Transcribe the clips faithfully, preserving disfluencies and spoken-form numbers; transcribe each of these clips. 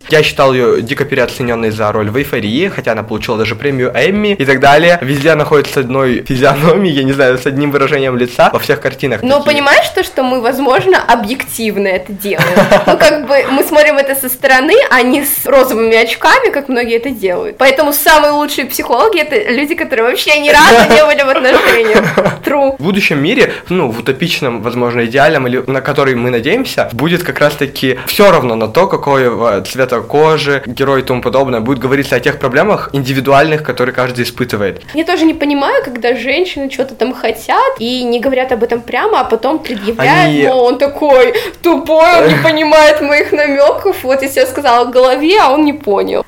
Я считал ее дико переоцененной за роль в «Эйфории», хотя она получила даже премию Эмми и так далее. Везде она ходит с одной физиономией, я не знаю, с одним выражением лица во всех картинах. Но такие. Понимаешь то, что мы, возможно, объективно это делаем? Ну, как бы мы смотрим это со стороны, а не с розовыми очками, как многие это делают. Поэтому самые лучшие психологи — это люди, которые вообще ни разу не были в отношениях. True. В будущем мире, ну, в утопичном, возможно, идеальном, или на который мы надеемся, будет как раз-таки все равно на то, какого цвета кожи, герой и тому подобное. Будет говориться о тех проблемах индивидуальных, которые каждый испытывает. Я тоже не понимаю, когда женщины что-то там хотят и не говорят об этом прямо, а потом предъявляют, Они... но он такой тупой, он не понимает моих намеков. Вот я себе сказала в голове, а он не понял.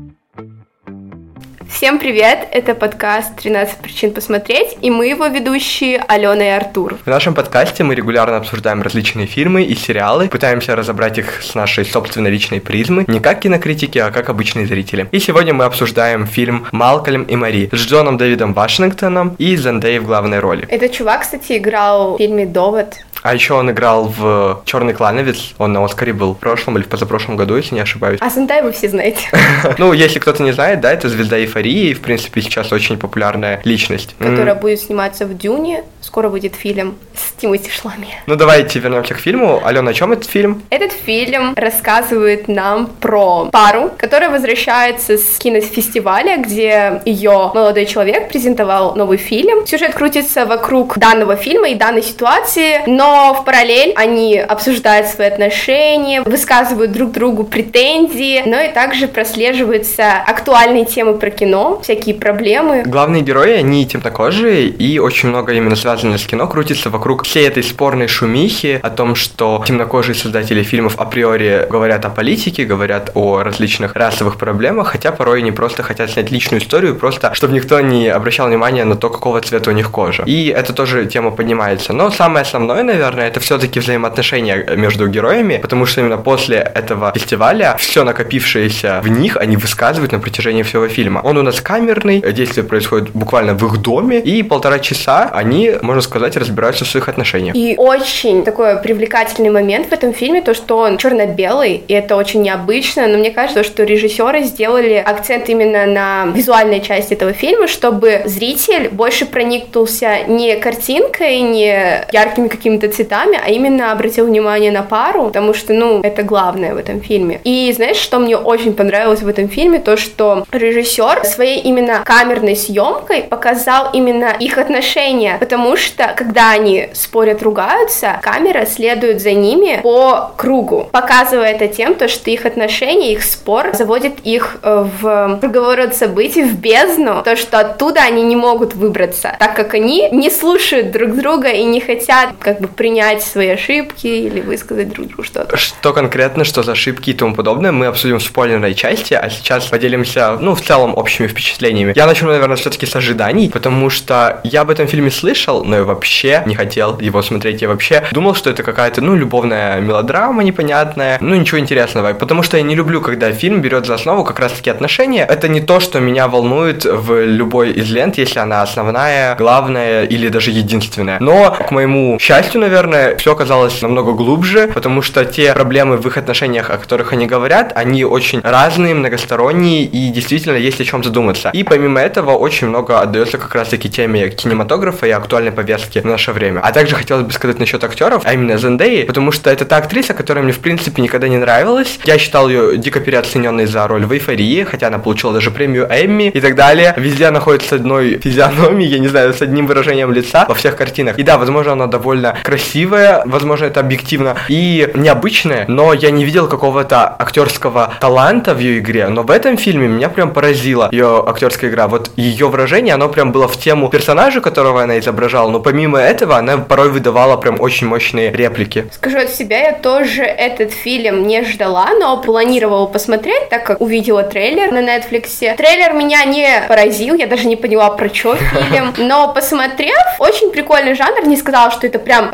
Всем привет, это подкаст тринадцать причин посмотреть, и мы его ведущие Алена и Артур. В нашем подкасте мы регулярно обсуждаем различные фильмы и сериалы, пытаемся разобрать их с нашей собственной личной призмы, не как кинокритики, а как обычные зрители. И сегодня мы обсуждаем фильм «Малкольм и Мари» с Джоном Дэвидом Вашингтоном и Зендеей в главной роли. Этот чувак, кстати, играл в фильме «Довод». А еще он играл в «Черный клановец», он на Оскаре был в прошлом или в позапрошлом году, если не ошибаюсь. А Зендею вы все знаете. Ну, если кто-то не знает, да, это звезда «Эйфории», и, в принципе, сейчас очень популярная личность. Которая будет сниматься в «Дюне», скоро выйдет фильм с Тимоти Шаламе. Ну, давайте вернемся к фильму. Алена, о чем этот фильм? Этот фильм рассказывает нам про пару, которая возвращается с кинофестиваля, где ее молодой человек презентовал новый фильм. Сюжет крутится вокруг данного фильма и данной ситуации, но Но в параллель они обсуждают свои отношения, высказывают друг другу претензии, но и также прослеживаются актуальные темы про кино, всякие проблемы. Главные герои, они темнокожие, и очень много именно связано с кино крутится вокруг всей этой спорной шумихи о том, что темнокожие создатели фильмов априори говорят о политике, говорят о различных расовых проблемах, хотя порой они просто хотят снять личную историю, просто чтобы никто не обращал внимания на то, какого цвета у них кожа. И это тоже тема поднимается. Но самое основное, наверное, Наверное, это все-таки взаимоотношения между героями, потому что именно после этого фестиваля все накопившееся в них они высказывают на протяжении всего фильма. Он у нас камерный, действие происходит буквально в их доме, и полтора часа они, можно сказать, разбираются в своих отношениях. И очень такой привлекательный момент в этом фильме, то, что он черно-белый, и это очень необычно, но мне кажется, что режиссеры сделали акцент именно на визуальной части этого фильма, чтобы зритель больше проникнулся не картинкой, не яркими какими-то цветами, а именно обратил внимание на пару, потому что, ну, это главное в этом фильме. И знаешь, что мне очень понравилось в этом фильме? То, что режиссер своей именно камерной съемкой показал именно их отношения, потому что, когда они спорят, ругаются, камера следует за ними по кругу, показывая это тем, то, что их отношения, их спор заводит их в круговорот событий, в бездну, то, что оттуда они не могут выбраться, так как они не слушают друг друга и не хотят, как бы, принять свои ошибки или высказать друг другу что-то. Что конкретно, что за ошибки и тому подобное, мы обсудим в спойлерной части, а сейчас поделимся, ну, в целом, общими впечатлениями. Я начну, наверное, все-таки с ожиданий, потому что я об этом фильме слышал, но я вообще не хотел его смотреть. Я вообще думал, что это какая-то, ну, любовная мелодрама непонятная, ну, ничего интересного, потому что я не люблю, когда фильм берет за основу как раз-таки отношения. Это не то, что меня волнует в любой из лент, если она основная, главная или даже единственная. Но, к моему счастью, наверное, все оказалось намного глубже, потому что те проблемы в их отношениях, о которых они говорят, они очень разные, многосторонние, и действительно есть о чем задуматься. И помимо этого очень много отдается как раз-таки теме кинематографа и актуальной повестки в наше время. А также хотелось бы сказать насчет актеров, а именно Зендеи, потому что это та актриса, которая мне в принципе никогда не нравилась. Я считал ее дико переоцененной за роль в «Эйфории», хотя она получила даже премию Эмми и так далее. Везде она ходит с одной физиономией, я не знаю, с одним выражением лица во всех картинах. И да, возможно, она довольно красивая, возможно, это объективно, и необычная, но я не видел какого-то актерского таланта в ее игре, но в этом фильме меня прям поразила ее актерская игра. Вот ее выражение, оно прям было в тему персонажа, которого она изображала, но помимо этого она порой выдавала прям очень мощные реплики. Скажу от себя, я тоже этот фильм не ждала, но планировала посмотреть, так как увидела трейлер на Netflix. Трейлер меня не поразил, я даже не поняла, про что фильм, но посмотрев, очень прикольный жанр, не сказала, что это прям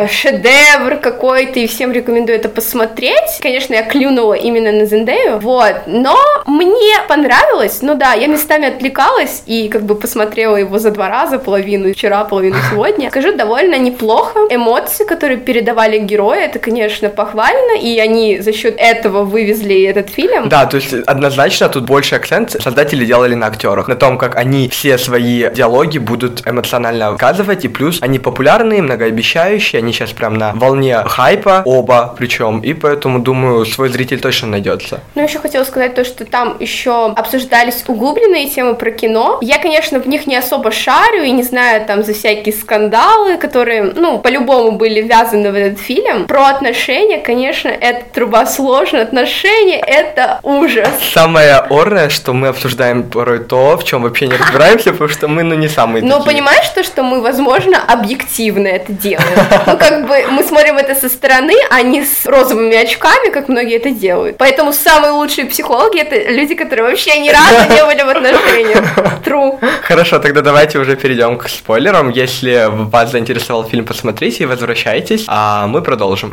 шедевр какой-то, и всем рекомендую это посмотреть. Конечно, я клюнула именно на Зендею, вот, но мне понравилось, ну да, я местами отвлекалась и как бы посмотрела его за два раза, половину вчера, половину сегодня. Скажу, довольно неплохо. Эмоции, которые передавали герои, это, конечно, похвально, и они за счет этого вывезли этот фильм. Да, то есть однозначно тут больше акцент создатели делали на актерах, на том, как они все свои диалоги будут эмоционально показывать, и плюс они популярные, многообещающие, они сейчас прям на волне хайпа, оба причем, и поэтому, думаю, свой зритель точно найдется. Ну, еще хотела сказать то, что там еще обсуждались углубленные темы про кино. Я, конечно, в них не особо шарю и не знаю там за всякие скандалы, которые, ну, по-любому были ввязаны в этот фильм. Про отношения, конечно, это труба сложно. Отношения — это ужас. Самое орное, что мы обсуждаем порой то, в чем вообще не разбираемся, потому что мы, ну, не самые Но такие. Понимаешь то, что мы, возможно, объективно это делаем? Ну, как бы мы смотрим это со стороны, а не с розовыми очками, как многие это делают. Поэтому самые лучшие психологи — это люди, которые вообще ни разу не были в отношениях. True. Хорошо, тогда давайте уже перейдем к спойлерам. Если вас заинтересовал фильм, посмотрите и возвращайтесь, а мы продолжим.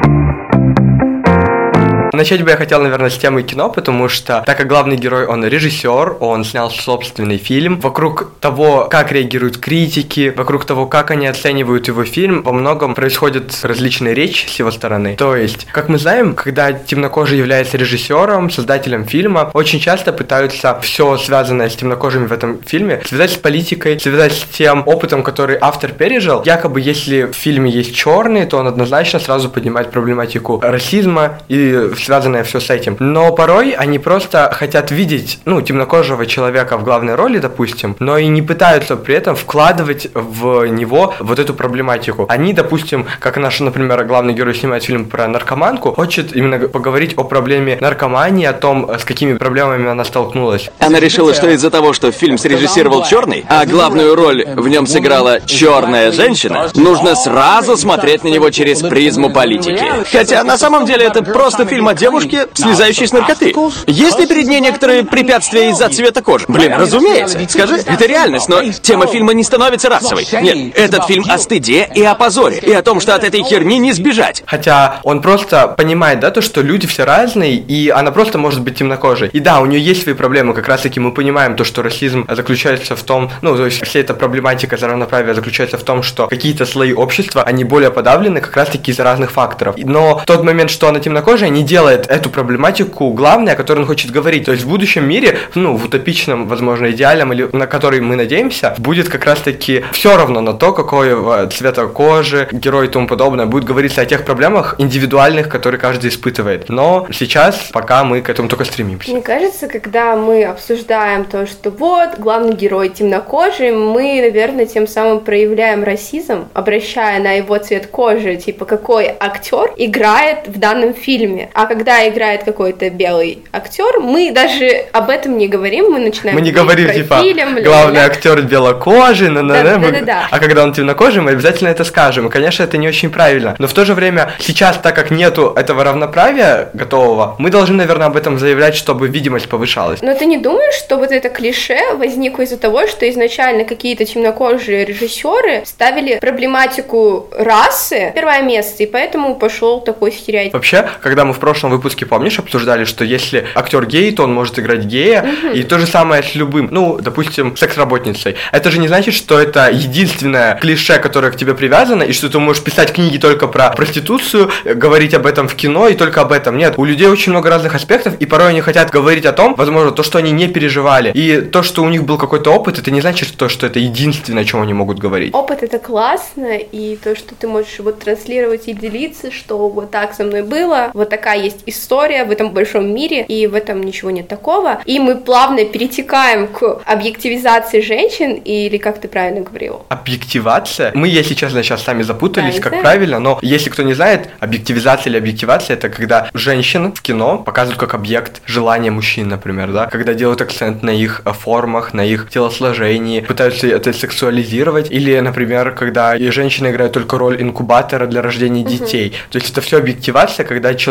Начать бы я хотел, наверное, с темы кино, потому что, так как главный герой, он режиссер, он снял собственный фильм, вокруг того, как реагируют критики, вокруг того, как они оценивают его фильм, во многом происходят различные речи с его стороны. То есть, как мы знаем, когда темнокожий является режиссером, создателем фильма, очень часто пытаются все связанное с темнокожими в этом фильме связать с политикой, связать с тем опытом, который автор пережил. Якобы, если в фильме есть черные, то он однозначно сразу поднимает проблематику расизма и связанное все с этим. Но порой они просто хотят видеть, ну, темнокожего человека в главной роли, допустим, но и не пытаются при этом вкладывать в него вот эту проблематику. Они, допустим, как наш, например, главный герой снимает фильм про наркоманку, хочет именно поговорить о проблеме наркомании, о том, с какими проблемами она столкнулась. Она решила, что из-за того, что фильм срежиссировал черный, а главную роль в нем сыграла черная женщина, нужно сразу смотреть на него через призму политики. Хотя на самом деле это просто фильм о девушке, слезающей с наркоты. Есть ли перед ней некоторые препятствия из-за цвета кожи? Блин, разумеется. Скажи, это реальность, но тема фильма не становится расовой. Нет, этот фильм о стыде и о позоре, и о том, что от этой херни не сбежать. Хотя он просто понимает, да, то, что люди все разные, и она просто может быть темнокожей. И да, у нее есть свои проблемы, как раз-таки мы понимаем то, что расизм заключается в том, ну, то есть вся эта проблематика за равноправие заключается в том, что какие-то слои общества, они более подавлены как раз-таки из-за разных факторов. Но тот момент, что она темнокожая, не делает эту проблематику главной, о которой он хочет говорить. То есть в будущем мире, ну, в утопичном, возможно, идеальном, или на который мы надеемся, будет как раз-таки все равно на то, какого цвета кожи, герой и тому подобное. Будет говориться о тех проблемах индивидуальных, которые каждый испытывает. Но сейчас пока мы к этому только стремимся. Мне кажется, когда мы обсуждаем то, что вот, главный герой темнокожий, мы, наверное, тем самым проявляем расизм, обращая на его цвет кожи, типа, какой актер играет в данном фильме. А когда играет какой-то белый актер, мы даже об этом не говорим, мы начинаем мы не говорим, типа, фильм, главный актер белокожий, на на да, мы... да, да, да. А когда он темнокожий, мы обязательно это скажем. И, конечно, это не очень правильно. Но в то же время, сейчас, так как нету этого равноправия готового, мы должны, наверное, об этом заявлять, чтобы видимость повышалась. Но ты не думаешь, что вот это клише возникло из-за того, что изначально какие-то темнокожие режиссеры ставили проблематику расы в первое место, и поэтому пошел такой стереотип? Вообще, когда мы в прошлом выпуске, помнишь, обсуждали, что если актер гей, то он может играть гея, угу. И то же самое с любым, ну, допустим, секс-работницей. Это же не значит, что это единственное клише, которое к тебе привязано, и что ты можешь писать книги только про проституцию, говорить об этом в кино и только об этом. Нет, у людей очень много разных аспектов, и порой они хотят говорить о том, возможно, то, что они не переживали. И то, что у них был какой-то опыт, это не значит, то, что это единственное, о чем они могут говорить. Опыт — это классно, и то, что ты можешь вот транслировать и делиться, что вот так со мной было, вот такая есть история в этом большом мире, и в этом ничего нет такого. И мы плавно перетекаем к объективизации женщин, или как ты правильно говорил? Объективация? Мы, если честно, сейчас сами запутались, да, как знаю. правильно, но если кто не знает, объективизация или объективация — это когда женщин в кино показывают как объект желания мужчин, например, да, когда делают акцент на их формах, на их телосложении, пытаются это сексуализировать, или, например, когда и женщина играет только роль инкубатора для рождения детей. Uh-huh. То есть это все объективация, когда человек от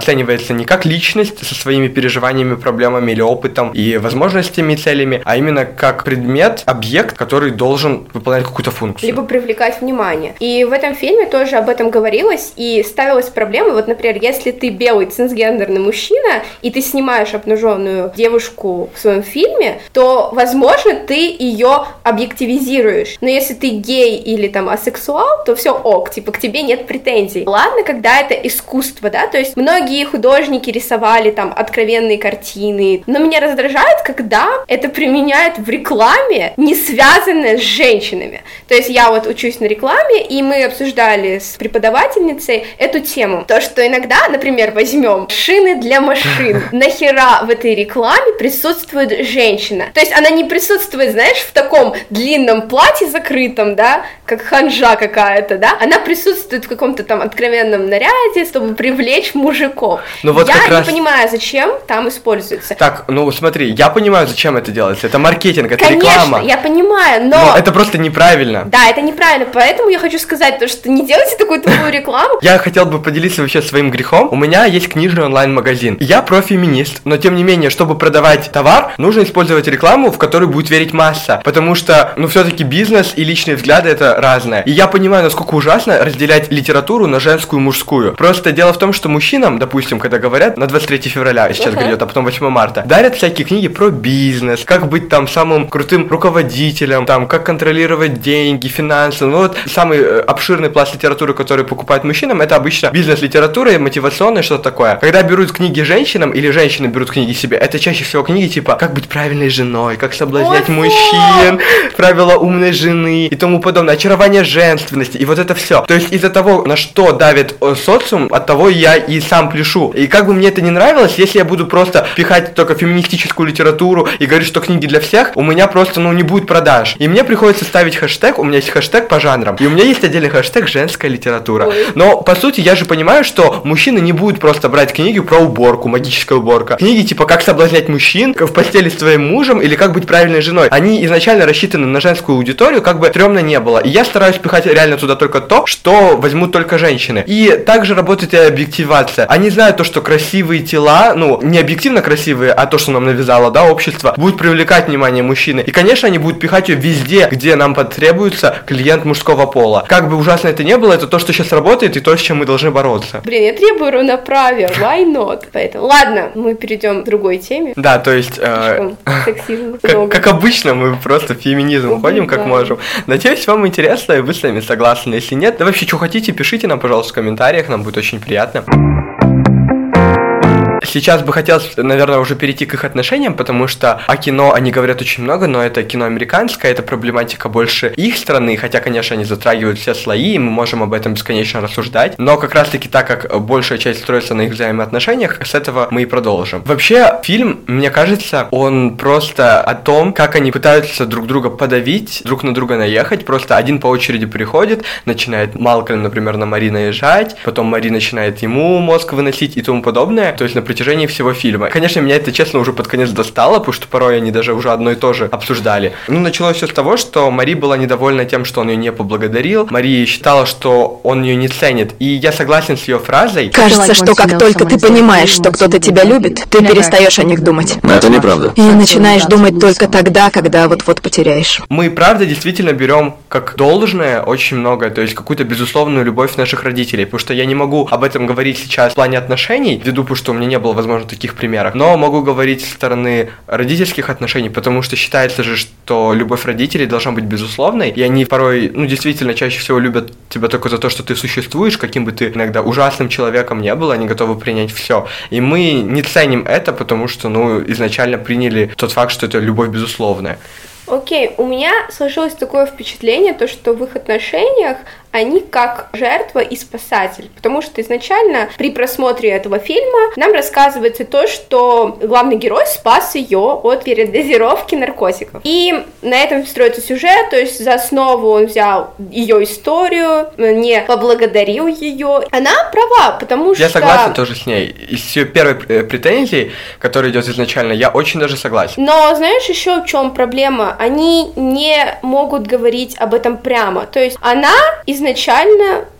оценивается не как личность со своими переживаниями, проблемами или опытом и возможностями и целями, а именно как предмет, объект, который должен выполнять какую-то функцию. Либо привлекать внимание. И в этом фильме тоже об этом говорилось и ставилась проблема. Вот, например, если ты белый цисгендерный мужчина, и ты снимаешь обнаженную девушку в своем фильме, то, возможно, ты ее объективизируешь. Но если ты гей или там асексуал, то все ок, типа к тебе нет претензий. Ладно, когда это искусство, да, то есть многие художники рисовали там откровенные картины, но меня раздражает, когда это применяют в рекламе, не связанное с женщинами. То есть я вот учусь на рекламе, и мы обсуждали с преподавательницей эту тему. То, что иногда, например, возьмем шины для машин. Нахера в этой рекламе присутствует женщина? То есть она не присутствует, знаешь, в таком длинном платье закрытом, да, как ханжа какая-то, да? Она присутствует в каком-то там откровенном наряде, чтобы привлечь мужиков. Ну, вот я не раз... понимаю, зачем там используется. Так, ну смотри, я понимаю, зачем это делается. Это маркетинг, это Конечно, реклама. я понимаю, но... но это просто неправильно. Да, это неправильно, поэтому я хочу сказать то, что не делайте такую тупую рекламу. Я хотел бы поделиться вообще своим грехом. У меня есть книжный онлайн-магазин. Я профеминист, но тем не менее, чтобы продавать товар, нужно использовать рекламу, в которую будет верить масса. Потому что, ну, все-таки бизнес и личные взгляды это разное. И я понимаю, насколько ужасно разделять литературу на женскую и мужскую. Просто дело в том, что мужчинам, допустим, когда говорят на двадцать третье февраля, сейчас uh-huh. грядет, а потом восьмое марта, дарят всякие книги про бизнес, как быть там самым крутым руководителем, там, как контролировать деньги, финансы. Ну вот самый э, обширный пласт литературы, который покупают мужчинам, это обычно бизнес-литература и мотивационная, что-то такое. Когда берут книги женщинам или женщины берут книги себе, это чаще всего книги типа «Как быть правильной женой», «Как соблазнять Ой, мужчин», «Правила умной жены» и тому подобное, «Очарование женственности» и вот это все. То есть из-за того, на что давит социум, от того я и сам пляшу. И как бы мне это не нравилось, если я буду просто пихать только феминистическую литературу и говорить, что книги для всех, у меня просто, ну, не будет продаж. И мне приходится ставить хэштег, у меня есть хэштег по жанрам, и у меня есть отдельный хэштег «Женская литература». Ой. Но, по сути, я же понимаю, что мужчины не будут просто брать книги про уборку, магическая уборка. Книги типа «Как соблазнять мужчин», «В постели с твоим мужем» или «Как быть правильной женой». Они изначально рассчитаны на женскую аудиторию, как бы стрёмно не было. И я стараюсь пихать реально туда только то, что возьмут только женщины. И также работает и объективация. Они знают то, что красивые тела, ну, не объективно красивые, а то, что нам навязало, да, общество, будет привлекать внимание мужчины. И, конечно, они будут пихать ее везде, где нам потребуется клиент мужского пола. Как бы ужасно это не было, это то, что сейчас работает, и то, с чем мы должны бороться. Блин, я требую равноправия, why not? Поэтому, ладно, мы перейдем к другой теме. Да, то есть... Э, сексизм. Как, как обычно, мы просто в феминизм уходим, как можем. Надеюсь, вам интересно, и вы с нами согласны. Если нет, да вообще, что хотите, пишите нам, пожалуйста, в комментариях, нам будет очень приятно. Сейчас бы хотелось, наверное, уже перейти к их отношениям, потому что о кино они говорят очень много, но это кино американское, это проблематика больше их страны, хотя, конечно, они затрагивают все слои, и мы можем об этом бесконечно рассуждать, но как раз-таки так как большая часть строится на их взаимоотношениях, с этого мы и продолжим. Вообще, фильм, мне кажется, он просто о том, как они пытаются друг друга подавить, друг на друга наехать, просто один по очереди приходит, начинает Малкольм, например, на Мари наезжать, потом Мари начинает ему мозг выносить и тому подобное, то есть на протяжении всего фильма. Конечно, меня это, честно, уже под конец достало, потому что порой они даже уже одно и то же обсуждали. Ну, началось все с того, что Мари была недовольна тем, что он ее не поблагодарил. Мари считала, что он ее не ценит. И я согласен с ее фразой. Кажется, что как только ты понимаешь, что кто-то тебя любит, ты перестаешь о них думать. Это неправда. И начинаешь думать только тогда, когда вот-вот потеряешь. Мы, правда, действительно берем как должное очень многое, то есть какую-то безусловную любовь наших родителей, потому что я не могу об этом говорить сейчас в плане отношений, ввиду, потому что у меня не было, возможно, таких примеров, но могу говорить со стороны родительских отношений, потому что считается же, что любовь родителей должна быть безусловной, и они порой, ну, действительно, чаще всего любят тебя только за то, что ты существуешь, каким бы ты иногда ужасным человеком не был, они готовы принять все. И мы не ценим это, потому что, ну, изначально приняли тот факт, что это любовь безусловная. Окей, у меня сложилось такое впечатление, то, что в их отношениях они как жертва и спасатель, потому что изначально при просмотре этого фильма нам рассказывается то, что главный герой спас ее от передозировки наркотиков. И на этом строится сюжет, то есть за основу он взял ее историю, не поблагодарил ее. Она права, потому что... Я согласен тоже с ней. Из ее первой претензии, которая идет изначально, я очень даже согласен. Но знаешь еще в чем проблема? Они не могут говорить об этом прямо. То есть она изначально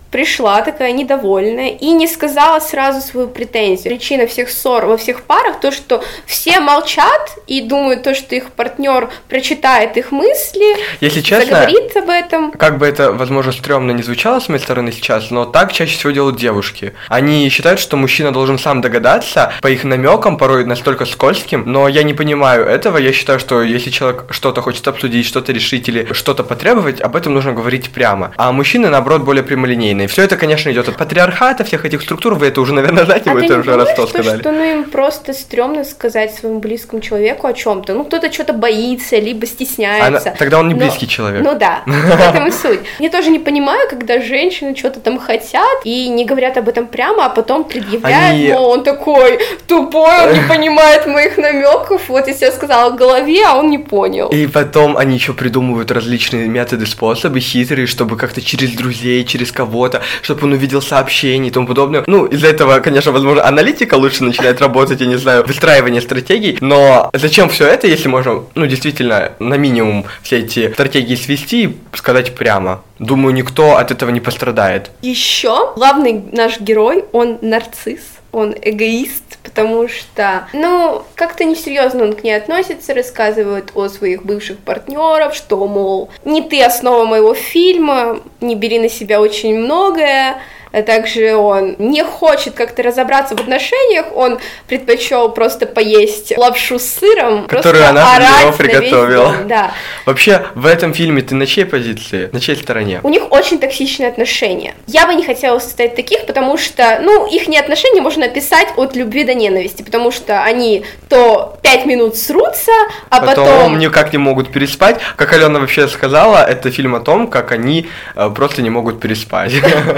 пришла такая недовольная и не сказала сразу свою претензию. Причина всех ссор во всех парах то, что все молчат и думают то, что их партнер прочитает их мысли, Если честно, заговорит об этом. Как бы это, возможно, стрёмно не звучало с моей стороны сейчас, но так чаще всего делают девушки. Они считают, что мужчина должен сам догадаться, по их намекам, порой настолько скользким, но я не понимаю этого. Я считаю, что если человек что-то хочет обсудить, что-то решить или что-то потребовать, об этом нужно говорить прямо. А мужчины, наоборот, более прямолинейные. Все это, конечно, идет от патриархата, всех этих структур, вы это уже, наверное, знаете, а вы ты это не уже раз сто думаешь, сказали. Что, ну, им просто стрёмно сказать своему близкому человеку о чем-то. Ну, кто-то что-то боится, либо стесняется. Она... Тогда он не но... близкий человек. Ну да, в этом и суть. Я тоже не понимаю, когда женщины что-то там хотят и не говорят об этом прямо, а потом предъявляют, Они... но он такой тупой, он не понимает моих намеков. Вот я себе сказала в голове, а он не понял. И потом они еще придумывают различные методы, способы хитрые, чтобы как-то через друзей, через кого-то, чтобы он увидел сообщения и тому подобное. Ну, из-за этого, конечно, возможно, аналитика лучше начинает работать, я не знаю, выстраивание стратегий, но зачем все это, если можно, ну, действительно, на минимум все эти стратегии свести и сказать прямо? Думаю, никто от этого не пострадает. Еще главный наш герой, он нарцисс, он эгоист, потому что, ну, как-то несерьезно он к ней относится, рассказывает о своих бывших партнеров, что, мол, не ты основа моего фильма, не бери на себя очень многое. А также он не хочет как-то разобраться в отношениях, он предпочел просто поесть лапшу с сыром, которую она орать приготовила. Да. Вообще, в этом фильме ты на чьей позиции? На чьей стороне? У них очень токсичные отношения. Я бы не хотела состоять таких, потому что, ну, их не отношения можно описать от любви до ненависти, потому что они то пять минут срутся, а потом... Потом никак не могут переспать. Как Алена вообще сказала, это фильм о том, как они э, просто не могут переспать.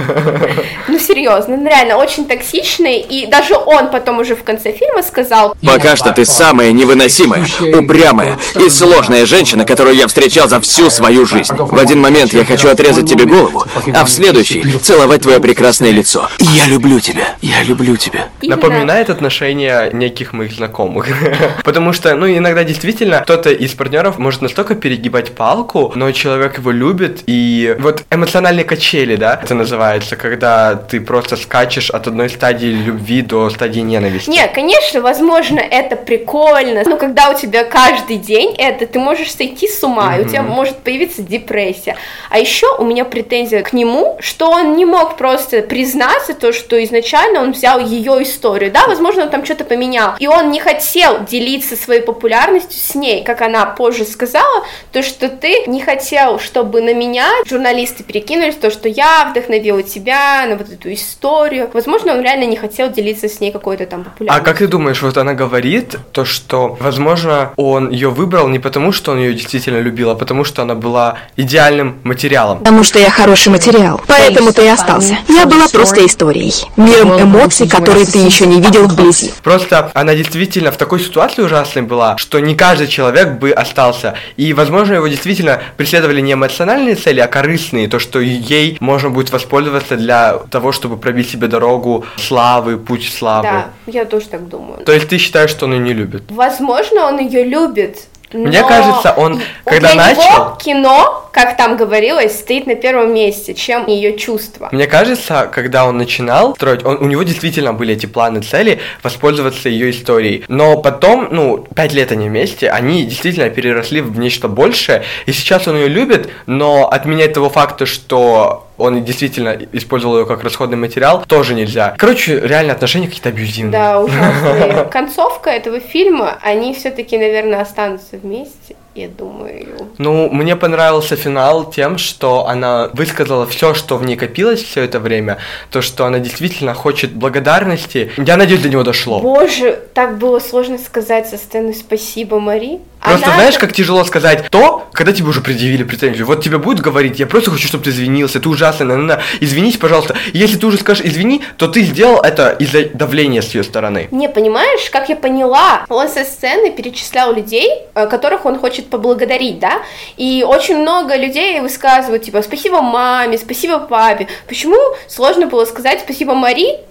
Ну, серьезно, ну, реально, очень токсичный, и даже он потом уже в конце фильма сказал: «Пока что ты самая невыносимая, упрямая и сложная женщина, которую я встречал за всю свою жизнь. В один момент я хочу отрезать тебе голову, а в следующий — целовать твое прекрасное лицо. Я люблю тебя, я люблю тебя». Именно. Напоминает отношения неких моих знакомых. Потому что, ну, иногда действительно кто-то из партнеров может настолько перегибать палку, но человек его любит, и вот эмоциональные качели, да, это называется, когда ты просто скачешь от одной стадии любви до стадии ненависти. Нет, конечно, возможно, это прикольно, но когда у тебя каждый день это, ты можешь сойти с ума, mm-hmm. и у тебя может появиться депрессия. А еще у меня претензия к нему, что он не мог просто признаться то, что изначально он взял ее историю, да, возможно, он там что-то поменял, и он не хотел делиться своей популярностью с ней, как она позже сказала, то, что ты не хотел, чтобы на меня журналисты перекинулись, то, что я вдохновила тебя на вот эту историю. Возможно, он реально не хотел делиться с ней какой-то там популярностью. А как ты думаешь, вот она говорит то, что, возможно, он ее выбрал не потому, что он ее действительно любил, а потому, что она была идеальным материалом? Потому что я хороший материал, поэтому ты и остался. Я была просто историей, миром эмоций, которые ты еще не видел вблизи. Просто она действительно в такой ситуации ужасной была, что не каждый человек бы остался. И, возможно, его действительно преследовали не эмоциональные цели, а корыстные, то, что ей можно будет воспользоваться для того, чтобы пробить себе дорогу славы, путь славы. Да, я тоже так думаю. То есть ты считаешь, что он ее не любит? Возможно, он ее любит. Мне но кажется, он, когда для начал... него кино, как там говорилось, стоит на первом месте, чем ее чувства. Мне кажется, когда он начинал строить, он, у него действительно были эти планы, цели воспользоваться ее историей. Но потом, ну, пять лет они вместе, они действительно переросли в нечто большее, и сейчас он ее любит, но отменять того факта, что он действительно использовал ее как расходный материал, тоже нельзя. Короче, реально отношения какие-то абьюзивные. Да, ужасные. Концовка этого фильма, они все-таки, наверное, останутся вместе. Я думаю. Ну, мне понравился финал тем, что она высказала все, что в ней копилось все это время, то, что она действительно хочет благодарности. Я надеюсь, до него дошло. Боже, так было сложно сказать со сцены «Спасибо, Мари». Просто она... знаешь, как тяжело сказать то, когда тебе уже предъявили претензию. Вот тебе будут говорить: я просто хочу, чтобы ты извинился, ты ужасный, на, на, на. Извинись, пожалуйста. И если ты уже скажешь «извини», то ты сделал это из-за давления с ее стороны. Не, понимаешь, как я поняла, он со сцены перечислял людей, которых он хочет поблагодарить, да, и очень много людей высказывают, типа, спасибо маме, спасибо папе. Почему сложно было сказать спасибо Мари,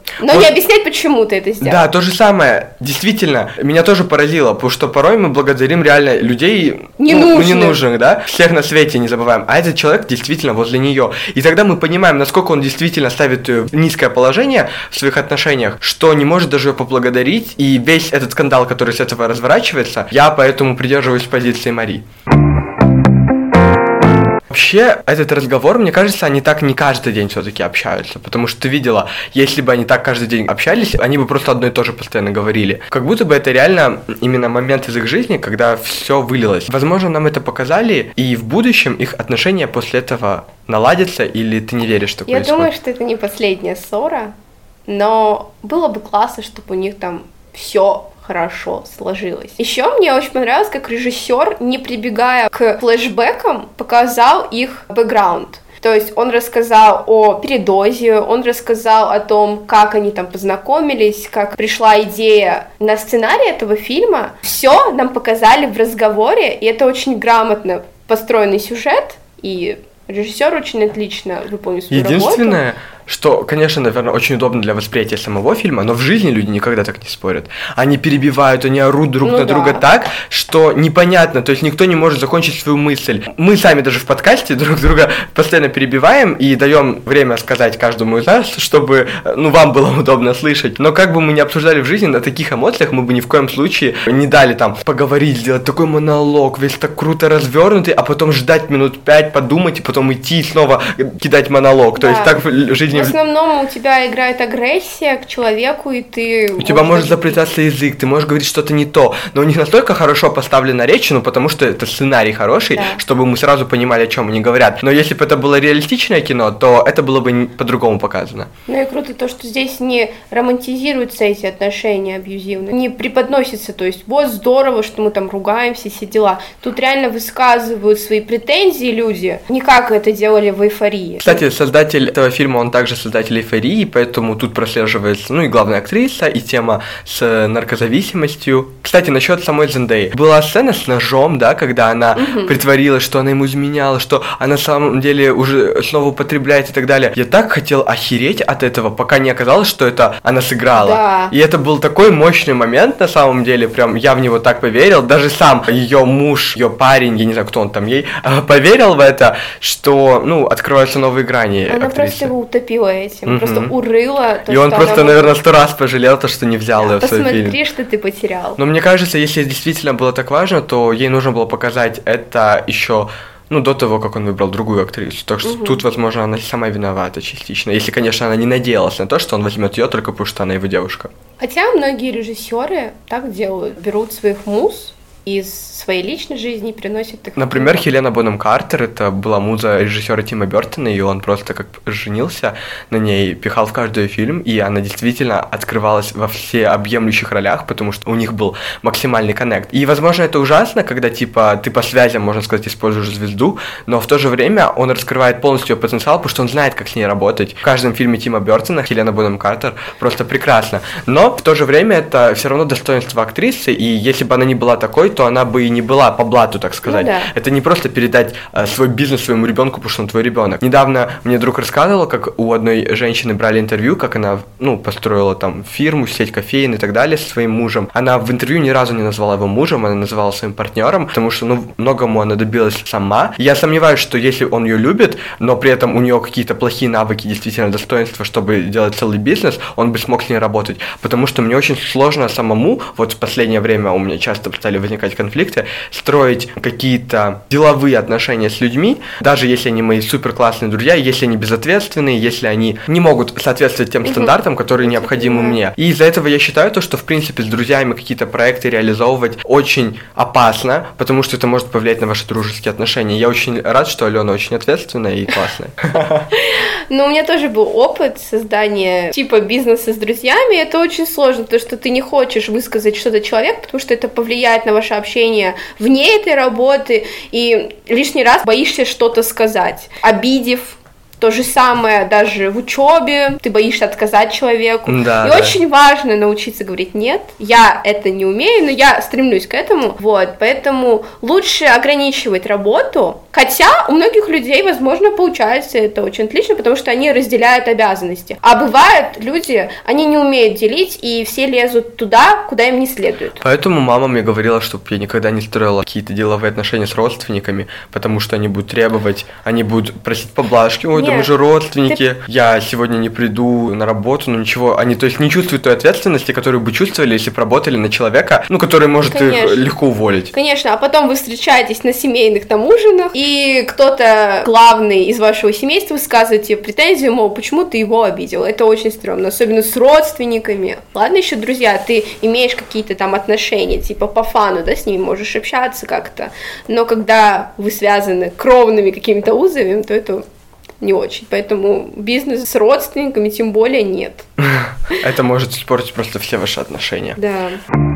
Но вот, не объяснять, почему ты это сделал. Да, то же самое. Действительно, меня тоже поразило, потому что порой мы благодарим реально людей ненужных, ну, ненужных, да, всех на свете не забываем, а этот человек действительно возле нее. И тогда мы понимаем, насколько он действительно ставит ее в низкое положение в своих отношениях, что не может даже ее поблагодарить, и весь этот скандал, который с этого разворачивается, я поэтому придерживаюсь позиции Мари. Вообще, этот разговор, мне кажется, они так не каждый день все-таки общаются, потому что ты видела, если бы они так каждый день общались, они бы просто одно и то же постоянно говорили. Как будто бы это реально именно момент из их жизни, когда все вылилось. Возможно, нам это показали, и в будущем их отношения после этого наладятся, или ты не веришь, что Я происходит? думаю, что это не последняя ссора, но было бы классно, чтобы у них там все хорошо сложилось. Еще мне очень понравилось, как режиссер, не прибегая к флешбэкам, показал их бэкграунд. То есть он рассказал о передозе, он рассказал о том, как они там познакомились, как пришла идея на сценарий этого фильма. Все нам показали в разговоре, и это очень грамотно построенный сюжет, и режиссер очень отлично выполнил свою работу. Единственное, что, конечно, наверное, очень удобно для восприятия самого фильма, но в жизни люди никогда так не спорят. Они перебивают, они орут друг ну на да. друга так, что непонятно, то есть никто не может закончить свою мысль. Мы сами даже в подкасте друг друга постоянно перебиваем и даем время сказать каждому из нас, чтобы, ну, вам было удобно слышать. Но как бы мы ни обсуждали в жизни, на таких эмоциях мы бы ни в коем случае не дали там поговорить, сделать такой монолог, весь так круто развернутый, а потом ждать минут пять, подумать, и потом идти и снова кидать монолог. То да. есть так в жизни... В основном у тебя играет агрессия к человеку, и ты... У тебя может заплетаться язык, ты можешь говорить что-то не то, но у них настолько хорошо поставлена речь, ну потому что это сценарий хороший, да. чтобы мы сразу понимали, о чем они говорят. Но если бы это было реалистичное кино, то это было бы по-другому показано. Ну и круто то, что здесь не романтизируются эти отношения абьюзивные, не преподносится, то есть вот здорово, что мы там ругаемся, все дела. Тут реально высказывают свои претензии люди, не как это делали в «Эйфории». Кстати, создатель этого фильма, он также создатель «Эйфории», поэтому тут прослеживается, ну и главная актриса, и тема с наркозависимостью. Кстати, насчет самой Зендеи. Была сцена с ножом, да, когда она угу. притворилась, что она ему изменяла, что она на самом деле уже снова употребляет и так далее. Я так хотел охереть от этого, пока не оказалось, что это она сыграла. Да. И это был такой мощный момент, на самом деле, прям я в него так поверил. Даже сам ее муж, ее парень, я не знаю, кто он там ей, поверил в это, что, ну, открываются новые грани она актрисы. Просто его утопила этим, угу. просто урыла. То, и он что просто, она... наверное, сто раз пожалел то, что не взял да, ее в свой фильм. Посмотри, что ты потерял. Но мне кажется, если действительно было так важно, то ей нужно было показать это еще, ну, до того, как он выбрал другую актрису. Так что угу. тут, возможно, она сама виновата частично. Если, конечно, она не надеялась на то, что он возьмет ее только потому, что она его девушка. Хотя многие режиссеры так делают, берут своих муз из своей личной жизни переносит их. Например, Хелена Бонем Картер, это была муза режиссера Тима Бёртона, и он просто как женился на ней, пихал в каждый фильм, и она действительно открывалась во всеобъемлющих ролях, потому что у них был максимальный коннект. И, возможно, это ужасно, когда, типа, ты по связям, можно сказать, используешь звезду, но в то же время он раскрывает полностью ее потенциал, потому что он знает, как с ней работать. В каждом фильме Тима Бёртона Хелена Бонем Картер просто прекрасна. Но в то же время это все равно достоинство актрисы, и если бы она не была такой, то она бы и не была по блату, так сказать. Ну, да. Это не просто передать э, свой бизнес своему ребенку, потому что он твой ребенок. Недавно мне друг рассказывал, как у одной женщины брали интервью, как она, ну, построила там фирму, сеть кофеин и так далее со своим мужем. Она в интервью ни разу не назвала его мужем, она называла своим партнером, потому что, ну, многому она добилась сама. Я сомневаюсь, что если он ее любит, но при этом у нее какие-то плохие навыки, действительно достоинства, чтобы делать целый бизнес, он бы смог с ней работать. Потому что мне очень сложно самому, вот в последнее время у меня часто стали возникать конфликты, строить какие-то деловые отношения с людьми, даже если они мои супер классные друзья, если они безответственные, если они не могут соответствовать тем стандартам, которые необходимы мне. И из-за этого я считаю то, что в принципе с друзьями какие-то проекты реализовывать очень опасно, потому что это может повлиять на ваши дружеские отношения. Я очень рад, что Алена очень ответственная и классная. Ну, у меня тоже был опыт создания типа бизнеса с друзьями. Это очень сложно, потому что ты не хочешь высказать что-то человеку, потому что это повлияет на ваше общение вне этой работы, и лишний раз боишься что-то сказать, обидев То же самое даже в учебе, ты боишься отказать человеку. Да, и да. очень важно научиться говорить нет. Я это не умею, но я стремлюсь к этому. Вот, поэтому лучше ограничивать работу. Хотя у многих людей, возможно, получается это очень отлично, потому что они разделяют обязанности. А бывают люди, они не умеют делить, и все лезут туда, куда им не следует. Поэтому мама мне говорила, чтобы я никогда не строила какие-то деловые отношения с родственниками, потому что они будут требовать, они будут просить поблажки. Ой, да мы же родственники, ты... я сегодня не приду на работу, ну ничего. Они, то есть, не чувствуют той ответственности, которую бы чувствовали, если бы работали на человека, ну, который может Конечно. Их легко уволить. Конечно, а потом вы встречаетесь на семейных там ужинах, и кто-то главный из вашего семейства высказывает тебе претензию, мол, почему ты его обидел. Это очень стрёмно, особенно с родственниками. Ладно, еще друзья, ты имеешь какие-то там отношения, типа по фану, да, с ними можешь общаться как-то, но когда вы связаны кровными какими-то узами, то это не очень. Поэтому бизнес с родственниками тем более нет. Это может испортить просто все ваши отношения. Да.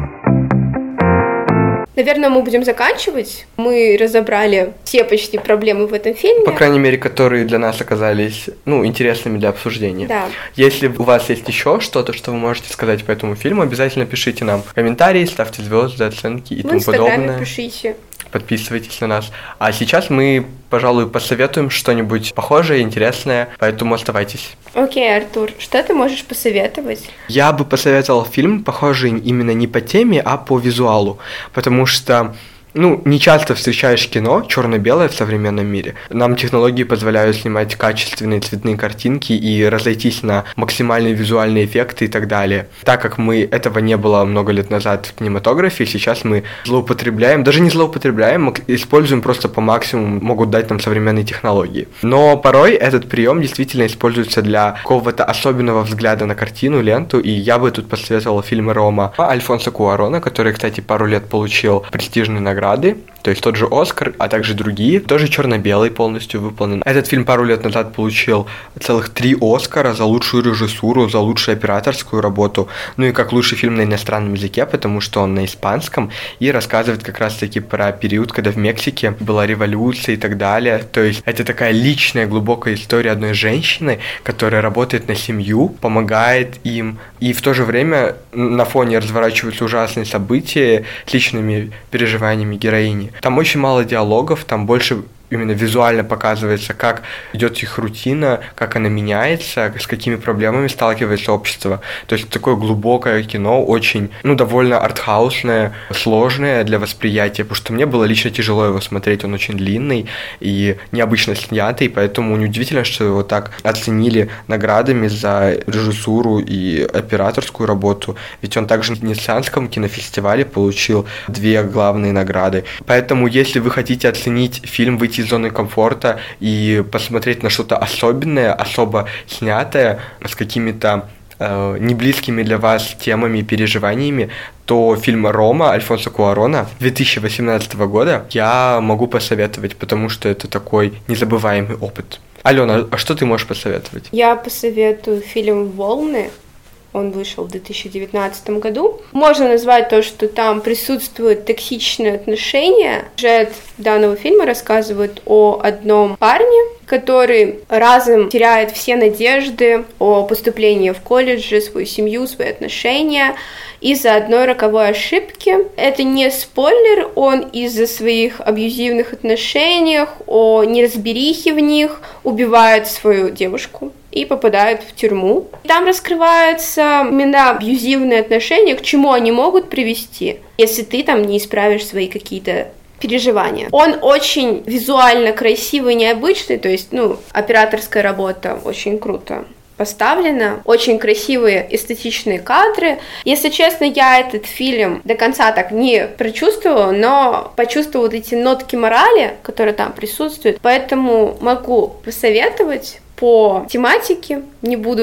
Наверное, мы будем заканчивать. Мы разобрали все почти проблемы в этом фильме. По крайней мере, которые для нас оказались, ну, интересными для обсуждения. Да. Если у вас есть еще что-то, что вы можете сказать по этому фильму, обязательно пишите нам комментарии, ставьте звезды, оценки и ну, тому подобное. В Инстаграме пишите. Подписывайтесь на нас. А сейчас мы, пожалуй, посоветуем что-нибудь похожее, интересное, поэтому оставайтесь. Окей, okay, Артур, что ты можешь посоветовать? Я бы посоветовал фильм, похожий именно не по теме, а по визуалу, потому что... Ну, не часто встречаешь кино черно-белое в современном мире. Нам технологии позволяют снимать качественные цветные картинки и разойтись на максимальные визуальные эффекты и так далее. Так как мы этого не было много лет назад в кинематографе, сейчас мы злоупотребляем, даже не злоупотребляем, используем просто по максимуму, могут дать нам современные технологии. Но порой этот прием действительно используется для какого-то особенного взгляда на картину, ленту, и я бы тут посоветовал фильмы Рома Альфонсо Куарона, который, кстати, пару лет получил престижные награды. То есть тот же «Оскар», а также другие, тоже черно-белый полностью выполнен. Этот фильм пару лет назад получил целых три «Оскара» за лучшую режиссуру, за лучшую операторскую работу, ну и как лучший фильм на иностранном языке, потому что он на испанском и рассказывает как раз-таки про период, когда в Мексике была революция и так далее. То есть это такая личная, глубокая история одной женщины, которая работает на семью, помогает им, и в то же время на фоне разворачиваются ужасные события с личными переживаниями героини. Там очень мало диалогов, там больше именно визуально показывается, как идет их рутина, как она меняется, с какими проблемами сталкивается общество. То есть такое глубокое кино, очень, ну, довольно артхаусное, сложное для восприятия, потому что мне было лично тяжело его смотреть, он очень длинный и необычно снятый, поэтому неудивительно, что его так оценили наградами за режиссуру и операторскую работу, ведь он также в Венецианском кинофестивале получил две главные награды. Поэтому, если вы хотите оценить фильм, выйти из зоны комфорта и посмотреть на что-то особенное, особо снятое, с какими-то э, неблизкими для вас темами и переживаниями, то фильм «Рома» Альфонсо Куарона две тысячи восемнадцатого года я могу посоветовать, потому что это такой незабываемый опыт. Алена, а что ты можешь посоветовать? Я посоветую фильм «Волны». Он вышел в две тысячи девятнадцатом году. Можно назвать то, что там присутствуют токсичные отношения. Сюжет данного фильма рассказывает о одном парне, который разом теряет все надежды о поступлении в колледж, свою семью, свои отношения из-за одной роковой ошибки. Это не спойлер, он из-за своих абьюзивных отношений, о неразберихе в них убивает свою девушку и попадают в тюрьму. Там раскрываются именно абьюзивные отношения, к чему они могут привести, если ты там не исправишь свои какие-то переживания. Он очень визуально красивый, необычный, то есть, ну, операторская работа очень круто поставлена, очень красивые эстетичные кадры. Если честно, я этот фильм до конца так не прочувствовала, но почувствовала вот эти нотки морали, которые там присутствуют, поэтому могу посоветовать. По тематике, не буду тут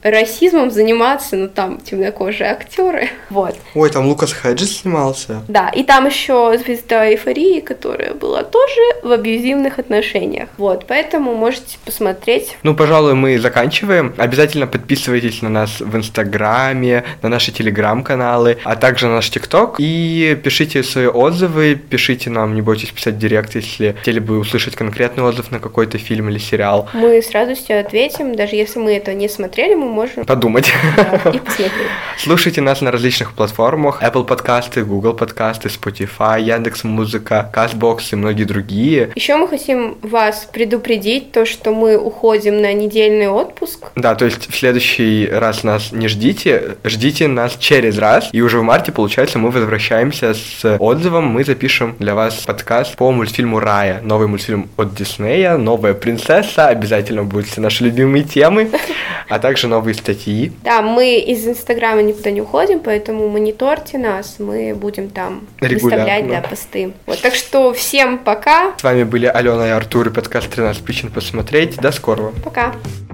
расизмом заниматься, ну там темнокожие актеры. Вот. Ой, там Лукас Хеджес снимался. Да, и там еще звезда Эйфории, которая была тоже в абьюзивных отношениях. Вот, поэтому можете посмотреть. Ну, пожалуй, мы заканчиваем. Обязательно подписывайтесь на нас в Инстаграме, на наши Телеграм-каналы, а также на наш ТикТок. И пишите свои отзывы, пишите нам, не бойтесь писать в директ, если хотели бы услышать конкретный отзыв на какой-то фильм или сериал. Мы с радостью ответим, даже если мы это не смотрели, мы можем подумать. Да, и посмотреть. Слушайте нас на различных платформах: Apple подкасты, Google подкасты, Spotify, Яндекс.Музыка, Castbox и многие другие. Еще мы хотим вас предупредить, то, что мы уходим на недельный отпуск. Да, то есть в следующий раз нас не ждите, ждите нас через раз, и уже в марте, получается, мы возвращаемся с отзывом, мы запишем для вас подкаст по мультфильму «Рая», новый мультфильм от Диснея, новая принцесса, обязательно будут все наши любимые темы, а также новые статьи. Да, мы из Инстаграма никуда не уходим, поэтому мониторьте нас, мы будем там выставлять, да, посты. Вот, так что всем пока. С вами были Алена и Артур и подкаст тринадцать причин посмотреть. До скорого. Пока.